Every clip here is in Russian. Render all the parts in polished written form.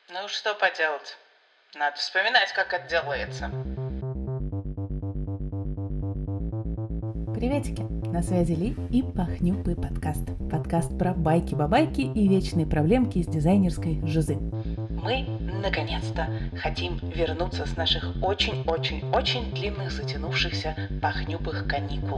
Ну что поделать? Надо вспоминать, как это делается. Приветики! На связи Ли и Пахнюпы подкаст. Подкаст про байки-бабайки и вечные проблемки из дизайнерской жизы. Мы, наконец-то, хотим вернуться с наших очень-очень-очень длинных затянувшихся пахнюпых каникул.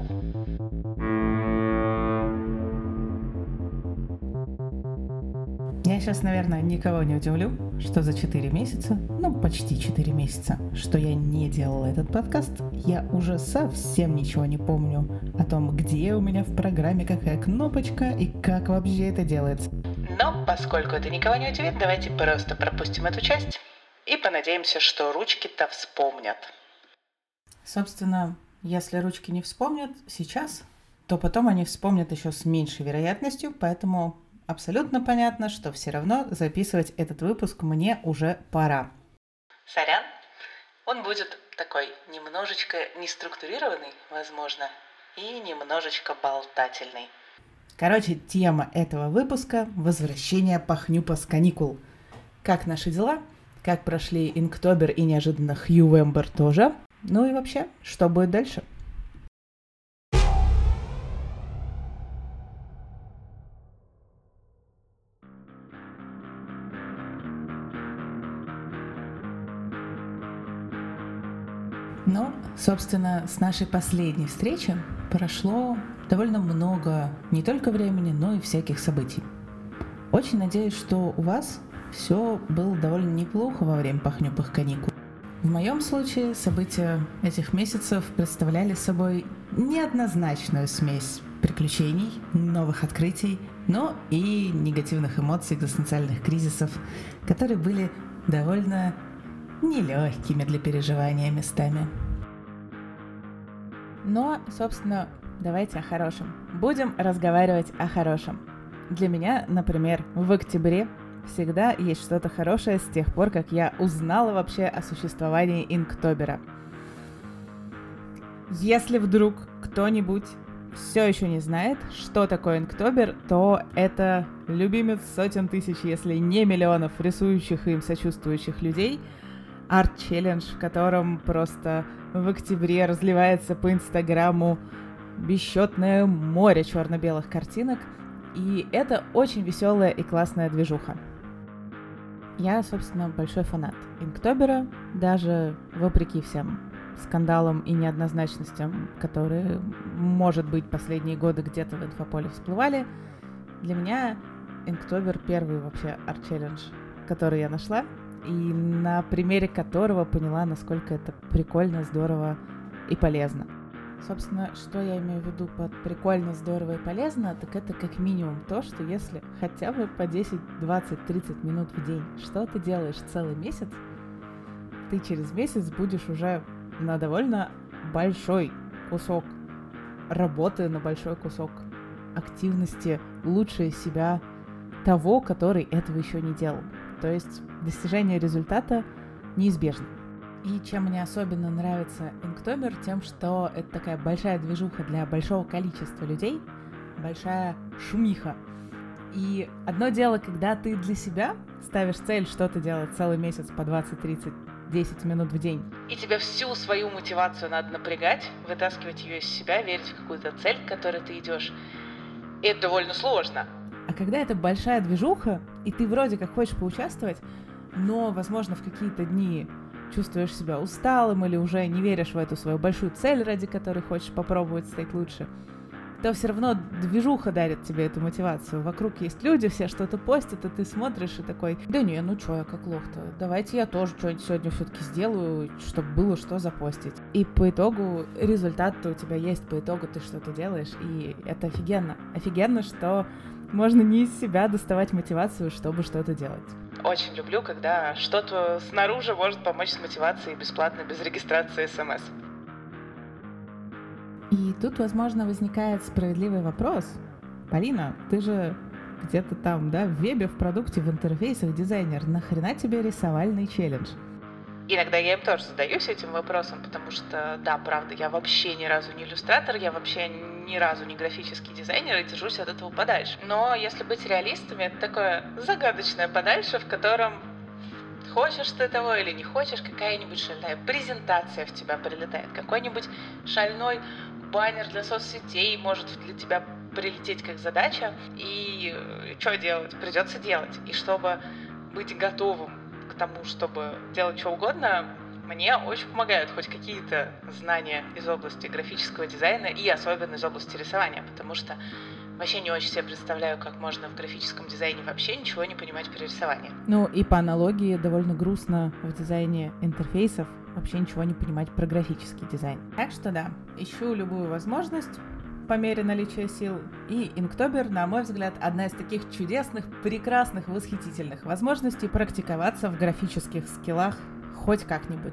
Я сейчас, наверное, никого не удивлю, что за 4 месяца, почти 4 месяца, что я не делала этот подкаст, я уже совсем ничего не помню о том, где у меня в программе какая кнопочка и как вообще это делается. Но поскольку это никого не удивит, давайте просто пропустим эту часть и понадеемся, что ручки-то вспомнят. Собственно, если ручки не вспомнят сейчас, то потом они вспомнят еще с меньшей вероятностью, поэтому абсолютно понятно, что все равно записывать этот выпуск мне уже пора. Сорян, он будет такой немножечко неструктурированный, возможно, и немножечко болтательный. Короче, тема этого выпуска – возвращение Пахнюпа с каникул. Как наши дела? Как прошли Инктобер и неожиданно Хьювембер тоже? Ну и вообще, что будет дальше? Ну, собственно, с нашей последней встречи прошло довольно много не только времени, но и всяких событий. Очень надеюсь, что у вас все было довольно неплохо во время пахнюпых каникул. В моем случае события этих месяцев представляли собой неоднозначную смесь приключений, новых открытий, но и негативных эмоций, экзистенциальных кризисов, которые были довольно нелегкими для переживания местами. Но, собственно, давайте о хорошем. Будем разговаривать о хорошем. Для меня, например, в октябре всегда есть что-то хорошее с тех пор, как я узнала вообще о существовании Инктобера. Если вдруг кто-нибудь все еще не знает, что такое Инктобер, то это любимец сотен тысяч, если не миллионов рисующих и им сочувствующих людей, арт-челлендж, в котором просто в октябре разливается по Инстаграму бесчетное море черно-белых картинок, и это очень веселая и классная движуха. Я, собственно, большой фанат Инктобера, даже вопреки всем скандалам и неоднозначностям, которые, может быть, последние годы где-то в инфополе всплывали. Для меня Инктобер первый вообще арт-челлендж, который я нашла, и на примере которого поняла, насколько это прикольно, здорово и полезно. Собственно, что я имею в виду под прикольно, здорово и полезно, так это как минимум то, что если хотя бы по 10, 20, 30 минут в день что ты делаешь целый месяц, ты через месяц будешь уже на довольно большой кусок работы, на большой кусок активности лучше себя того, который этого еще не делал. То есть достижение результата неизбежно. И чем мне особенно нравится Инктобер, тем, что это такая большая движуха для большого количества людей, большая шумиха. И одно дело, когда ты для себя ставишь цель что-то делать целый месяц по 20, 30, 10 минут в день. И тебе всю свою мотивацию надо напрягать, вытаскивать ее из себя, верить в какую-то цель, к которой ты идешь. И это довольно сложно. А когда это большая движуха, и ты вроде как хочешь поучаствовать, но, возможно, в какие-то дни чувствуешь себя усталым или уже не веришь в эту свою большую цель, ради которой хочешь попробовать стать лучше, то все равно движуха дарит тебе эту мотивацию. Вокруг есть люди, все что-то постят, и ты смотришь и такой: да не, ну чё я как лох-то, давайте я тоже что-нибудь сегодня все-таки сделаю, чтобы было что запостить. И по итогу результат-то у тебя есть, по итогу ты что-то делаешь, и это офигенно. Офигенно, что можно не из себя доставать мотивацию, чтобы что-то делать. Очень люблю, когда что-то снаружи может помочь с мотивацией бесплатно, без регистрации СМС. И тут, возможно, возникает справедливый вопрос. Полина, ты же где-то там, да, в вебе, в продукте, в интерфейсах дизайнер. Нахрена тебе рисовальный челлендж? Иногда я им тоже задаюсь этим вопросом, потому что, да, правда, я вообще ни разу не иллюстратор, я вообще ни разу не графический дизайнер и держусь от этого подальше. Но если быть реалистами, это такое загадочное подальше, в котором хочешь ты того или не хочешь, какая-нибудь шальная презентация в тебя прилетает, какой-нибудь шальной баннер для соцсетей может для тебя прилететь как задача, и что делать? Придется делать. И чтобы быть готовым к тому, чтобы делать что угодно, мне очень помогают хоть какие-то знания из области графического дизайна и особенно из области рисования, потому что вообще не очень себе представляю, как можно в графическом дизайне вообще ничего не понимать при рисовании. Ну и по аналогии довольно грустно в дизайне интерфейсов вообще ничего не понимать про графический дизайн. Так что да, ищу любую возможность по мере наличия сил. И Inktober, на мой взгляд, одна из таких чудесных, прекрасных, восхитительных возможностей практиковаться в графических скиллах хоть как-нибудь.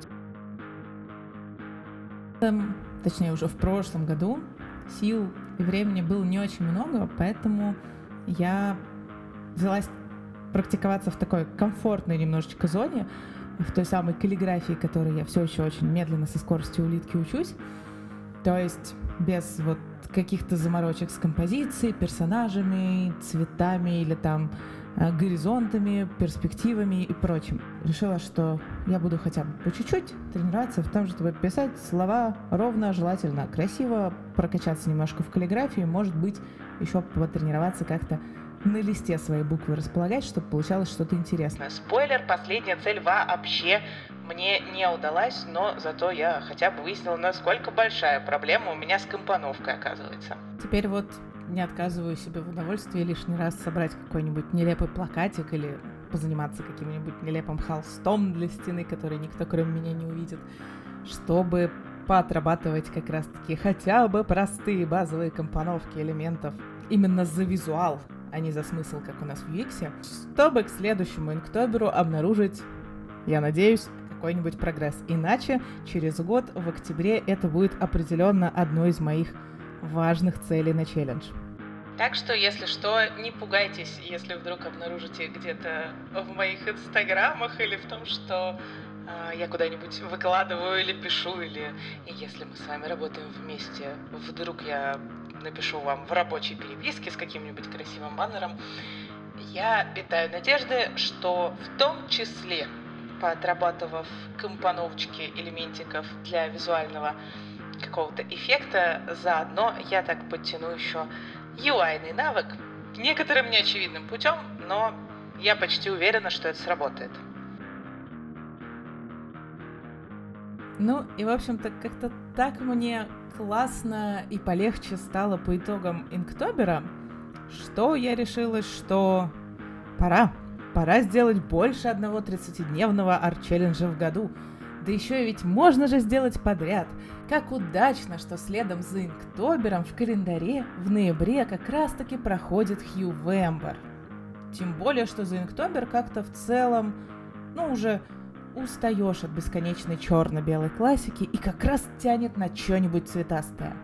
Точнее, уже в прошлом году сил и времени было не очень много, поэтому я взялась практиковаться в такой комфортной немножечко зоне, в той самой каллиграфии, которой я все еще очень медленно со скоростью улитки учусь. То есть без вот каких-то заморочек с композицией, персонажами, цветами или там горизонтами, перспективами и прочим. Решила, что я буду хотя бы по чуть-чуть тренироваться в том, чтобы писать слова ровно, желательно красиво, прокачаться немножко в каллиграфии, может быть, еще потренироваться как-то на листе свои буквы располагать, чтобы получалось что-то интересное. Спойлер, последняя цель вообще мне не удалась, но зато я хотя бы выяснила, насколько большая проблема у меня с компоновкой, оказывается. Теперь вот не отказываю себе в удовольствии лишний раз собрать какой-нибудь нелепый плакатик или позаниматься каким-нибудь нелепым холстом для стены, который никто кроме меня не увидит, чтобы поотрабатывать как раз-таки хотя бы простые базовые компоновки элементов именно за визуал, а не за смысл, как у нас в UX, чтобы к следующему Inktober обнаружить, я надеюсь, какой-нибудь прогресс. Иначе через год, в октябре, это будет определенно одной из моих важных целей на челлендж. Так что, если что, не пугайтесь, если вдруг обнаружите где-то в моих инстаграмах или в том, что я куда-нибудь выкладываю или пишу, или если мы с вами работаем вместе, вдруг я напишу вам в рабочей переписке с каким-нибудь красивым баннером. Я питаю надежды, что в том числе, поотрабатывав компоновочки элементиков для визуального какого-то эффекта, заодно я так подтяну еще UI-ный навык некоторым неочевидным путем, но я почти уверена, что это сработает. Ну и, в общем-то, как-то так мне классно и полегче стало по итогам Inktober, что я решила, что пора сделать больше одного 30-дневного арт-челленджа в году. Да еще и ведь можно же сделать подряд. Как удачно, что следом за Inktober в календаре в ноябре как раз-таки проходит Huevember. Тем более, что за Inktober как-то в целом, уже устаешь от бесконечной черно-белой классики и как раз тянет на что-нибудь цветастое.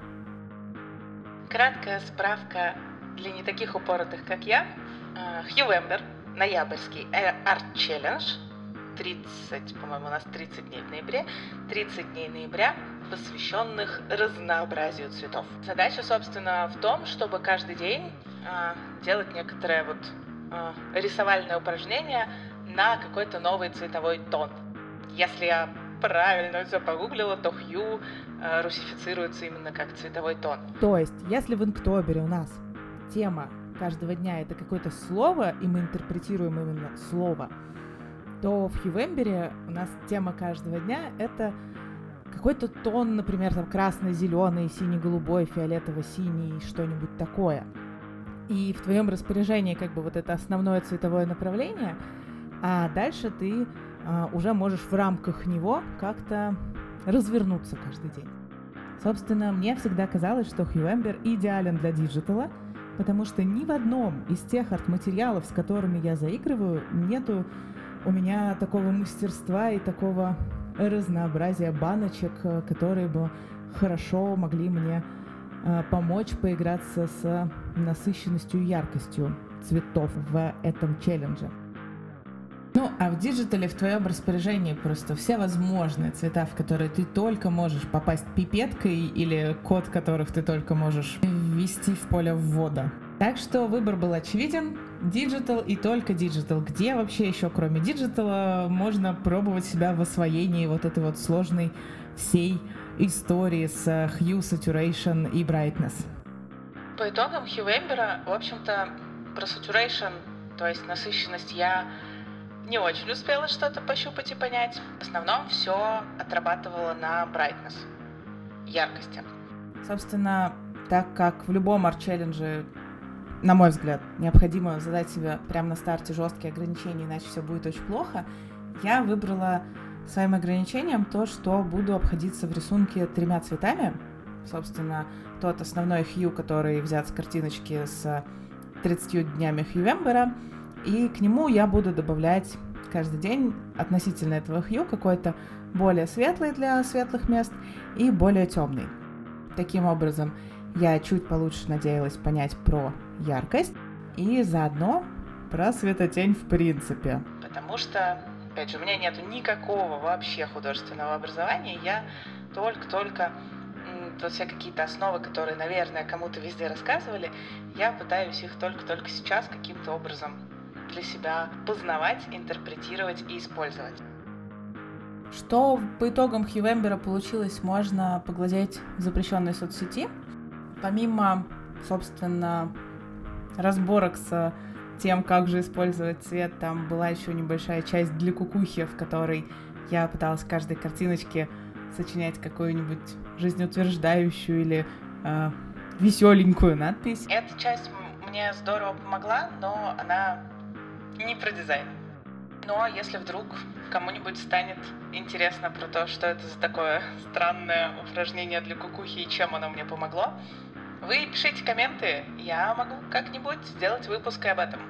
Краткая справка для не таких упоротых, как я. Huevember, ноябрьский арт-челлендж, 30, по-моему, у нас 30 дней в ноябре, 30 дней ноября, посвященных разнообразию цветов. Задача, собственно, в том, чтобы каждый день делать некоторое рисовальное упражнение на какой-то новый цветовой тон. Если я правильно все погуглила, то Hue русифицируется именно как цветовой тон. То есть, если в Inktober у нас тема каждого дня это какое-то слово, и мы интерпретируем именно слово, то в Huevember у нас тема каждого дня это какой-то тон, например, там красный-зеленый, синий-голубой, фиолетово-синий, что-нибудь такое. И в твоем распоряжении вот это основное цветовое направление, а дальше ты уже можешь в рамках него как-то развернуться каждый день. Собственно, мне всегда казалось, что Huevember идеален для диджитала, потому что ни в одном из тех арт-материалов, с которыми я заигрываю, нету у меня такого мастерства и такого разнообразия баночек, которые бы хорошо могли мне помочь поиграться с насыщенностью и яркостью цветов в этом челлендже. А в диджитале в твоем распоряжении просто все возможные цвета, в которые ты только можешь попасть пипеткой или код которых ты только можешь ввести в поле ввода. Так что выбор был очевиден. Digital и только Digital. Где вообще еще, кроме Digital, можно пробовать себя в освоении вот этой вот сложной всей истории с Hue, Saturation и Brightness? По итогам HueVember, в общем-то, про Saturation, то есть насыщенность, я не очень успела что-то пощупать и понять. В основном все отрабатывала на Brightness, яркости. Собственно, так как в любом арт-челлендже, на мой взгляд, необходимо задать себе прямо на старте жесткие ограничения, иначе все будет очень плохо, я выбрала своим ограничением то, что буду обходиться в рисунке 3 цветами. Собственно, тот основной Hue, который взят с картиночки с 30 днями HueVember, и к нему я буду добавлять каждый день относительно этого Hue какой-то более светлый для светлых мест и более темный. Таким образом, я чуть получше надеялась понять про яркость и заодно про светотень в принципе. Потому что, опять же, у меня нет никакого вообще художественного образования, я только вот все какие-то основы, которые, наверное, кому-то везде рассказывали, я пытаюсь их только сейчас каким-то образом для себя познавать, интерпретировать и использовать. Что по итогам HueVember получилось, можно поглядеть в запрещенной соцсети. Помимо, собственно, разборок с тем, как же использовать цвет, там была еще небольшая часть для кукухи, в которой я пыталась к каждой картиночке сочинять какую-нибудь жизнеутверждающую или веселенькую надпись. Эта часть мне здорово помогла, но она не про дизайн. Но если вдруг кому-нибудь станет интересно про то, что это за такое странное упражнение для кукухи и чем оно мне помогло, вы пишите комменты, я могу как-нибудь сделать выпуск и об этом.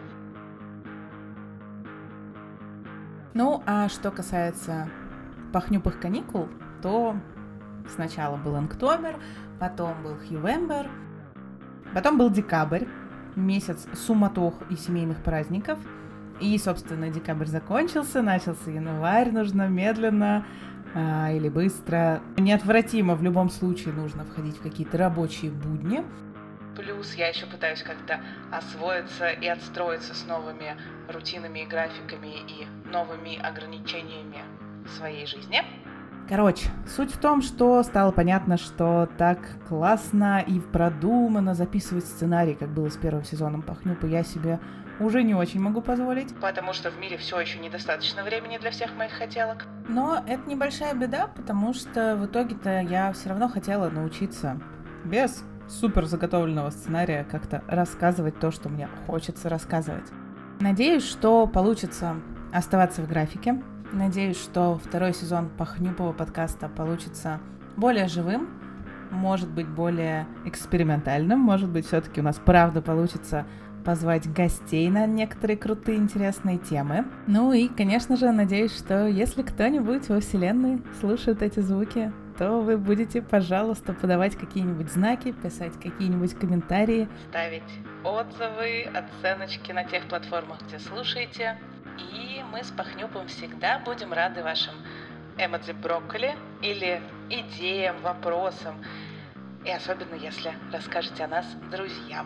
Ну, а что касается похнюпых каникул, то сначала был Инктобер, потом был HueVember, потом был декабрь, месяц суматох и семейных праздников. И, собственно, декабрь закончился, начался январь, нужно медленно или быстро. Неотвратимо в любом случае нужно входить в какие-то рабочие будни. Плюс я еще пытаюсь как-то освоиться и отстроиться с новыми рутинами и графиками и новыми ограничениями в своей жизни. Короче, суть в том, что стало понятно, что так классно и продуманно записывать сценарий, как было с первым сезоном Пахнюпа, я себе уже не очень могу позволить. Потому что в мире все еще недостаточно времени для всех моих хотелок. Но это небольшая беда, потому что в итоге-то я все равно хотела научиться без супер заготовленного сценария как-то рассказывать то, что мне хочется рассказывать. Надеюсь, что получится оставаться в графике. Надеюсь, что второй сезон Пахнюпова подкаста получится более живым, может быть, более экспериментальным, может быть, все-таки у нас правда получится позвать гостей на некоторые крутые, интересные темы. Ну и, конечно же, надеюсь, что если кто-нибудь во вселенной слушает эти звуки, то вы будете, пожалуйста, подавать какие-нибудь знаки, писать какие-нибудь комментарии, ставить отзывы, оценочки на тех платформах, где слушаете. И мы с Пахнюпом всегда будем рады вашим эмодзи брокколи или идеям, вопросам. И особенно, если расскажете о нас друзьям.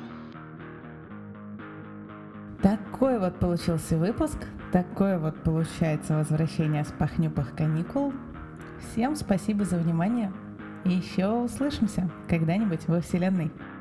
Такой вот получился выпуск, такое вот получается возвращение с Пахнюпых каникул. Всем спасибо за внимание и еще услышимся когда-нибудь во вселенной.